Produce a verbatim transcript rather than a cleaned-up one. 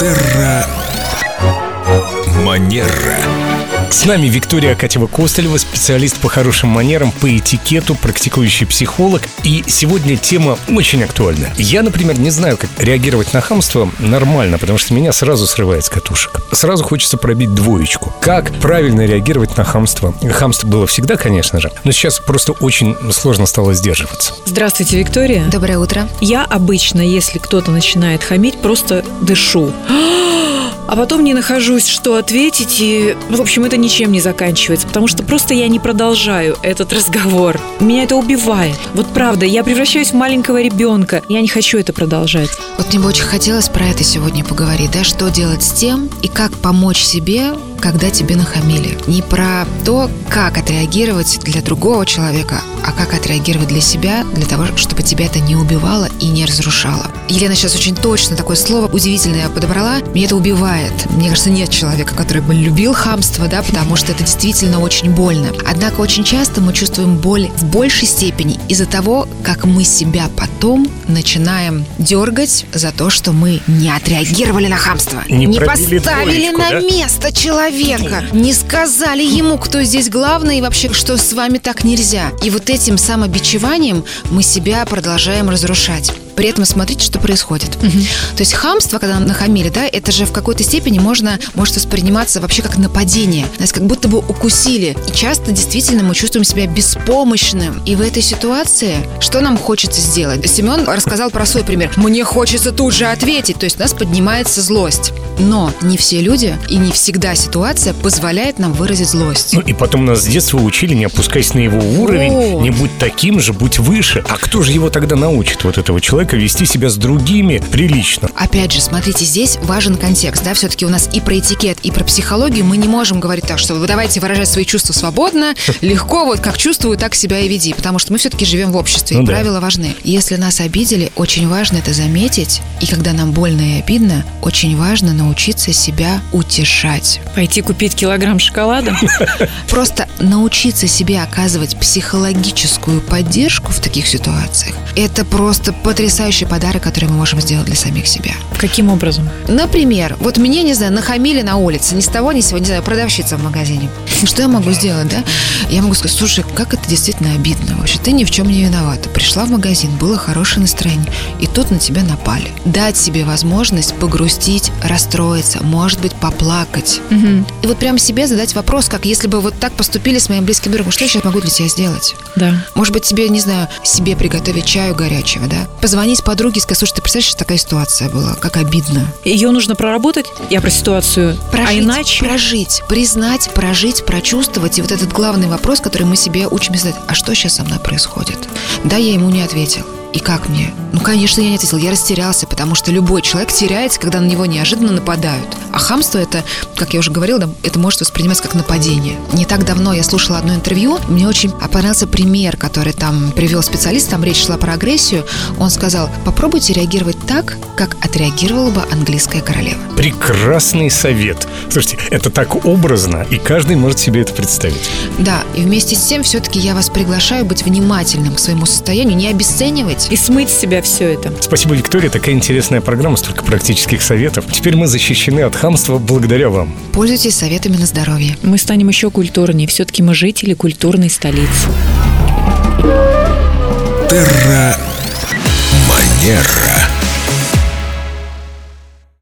Терра Манера. С нами Виктория Акатьева-Костылева, специалист по хорошим манерам, по этикету, практикующий психолог. И сегодня тема очень актуальна. Я, например, не знаю, как реагировать на хамство нормально, потому что меня сразу срывает с катушек. Сразу хочется пробить двоечку. Как правильно реагировать на хамство? Хамство было всегда, конечно же, но сейчас просто очень сложно стало сдерживаться. Здравствуйте, Виктория. Доброе утро. Я обычно, если кто-то начинает хамить, просто дышу. А потом не нахожусь, что ответить, и, в общем, это ничем не заканчивается, потому что просто я не продолжаю этот разговор. Меня это убивает. Вот правда, я превращаюсь в маленького ребенка. Я не хочу это продолжать. Вот мне бы очень хотелось про это сегодня поговорить, да, что делать с тем и как помочь себе, когда тебе нахамили. Не про то, как отреагировать для другого человека, а как отреагировать для себя, для того, чтобы тебя это не убивало и не разрушало. Елена сейчас очень точно такое слово удивительное подобрала. Меня это убивает. Мне кажется, нет человека, который бы любил хамство, да, потому что это действительно очень больно. Однако очень часто мы чувствуем боль в большей степени из-за того, как мы себя потом начинаем дергать за то, что мы не отреагировали на хамство. Не, не поставили двоечку, на да? место человека. Не сказали ему, кто здесь главный и вообще, что с вами так нельзя. И вот этим самобичеванием мы себя продолжаем разрушать. При этом смотрите, что происходит. Угу. То есть хамство, когда нам нахамили, да, это же в какой-то степени можно, может восприниматься вообще как нападение. Нас как будто бы укусили. И часто действительно мы чувствуем себя беспомощным. И в этой ситуации что нам хочется сделать? Семен рассказал про свой пример. Мне хочется тут же ответить. То есть у нас поднимается злость. Но не все люди и не всегда ситуация позволяет нам выразить злость. Ну и потом нас с детства учили: не опускайся на его уровень, вот. Не будь таким же, будь выше. А кто же его тогда научит, вот этого человека, вести себя с другими прилично? Опять же, смотрите, здесь важен контекст, да, все-таки у нас и про этикет, и про психологию мы не можем говорить так, что вы давайте выражать свои чувства свободно, легко, вот как чувствую, так себя и веди, потому что мы все-таки живем в обществе, ну и да. правила важны. Если нас обидели, очень важно это заметить, и когда нам больно и обидно, очень важно научиться себя утешать. Пойти купить килограмм шоколада? Просто научиться себе оказывать психологическую поддержку в таких ситуациях, это просто потрясающий подарок, который мы можем сделать для самих себя. Каким образом? Например, вот мне, не знаю, нахамили на улице, ни с того ни с сего, не знаю, продавщица в магазине. Что я могу сделать, да? Я могу сказать: слушай, как это действительно обидно вообще, ты ни в чем не виновата. Пришла в магазин, было хорошее настроение, и тут на тебя напали. Дать себе возможность погрустить, расстроиться, может быть, поплакать. Угу. И вот прямо себе задать вопрос, как если бы вот так поступили с моим близким другом, что я сейчас могу для тебя сделать? Да. Может быть, тебе, не знаю, себе приготовить чаю горячего, да? Позвонить подруге и сказать: слушай, ты представляешь, что такая ситуация была, как обидно. Ее нужно проработать, я про ситуацию, Прожить, а иначе... прожить, признать, прожить, прочувствовать. И вот этот главный вопрос, который мы себе учим задать: а что сейчас со мной происходит? Да, я ему не ответил. И как мне? Ну, конечно, я не ответил, я растерялся, потому что любой человек теряется, когда на него неожиданно нападают. А хамство это, как я уже говорила, да, это может восприниматься как нападение. Не так давно я слушала одно интервью, мне очень понравился пример, который там привел специалист, там речь шла про агрессию. Он сказал: попробуйте реагировать так, как отреагировала бы английская королева. Прекрасный совет. Слушайте, это так образно, и каждый может себе это представить. Да, и вместе с тем все-таки я вас приглашаю быть внимательным к своему состоянию, не обесценивать. И смыть с себя все это. Спасибо, Виктория, такая интересная программа, столько практических советов. Теперь мы защищены от хамства благодаря вам. Пользуйтесь советами на здоровье. Мы станем еще культурнее. Все-таки мы жители культурной столицы. Терра Манера.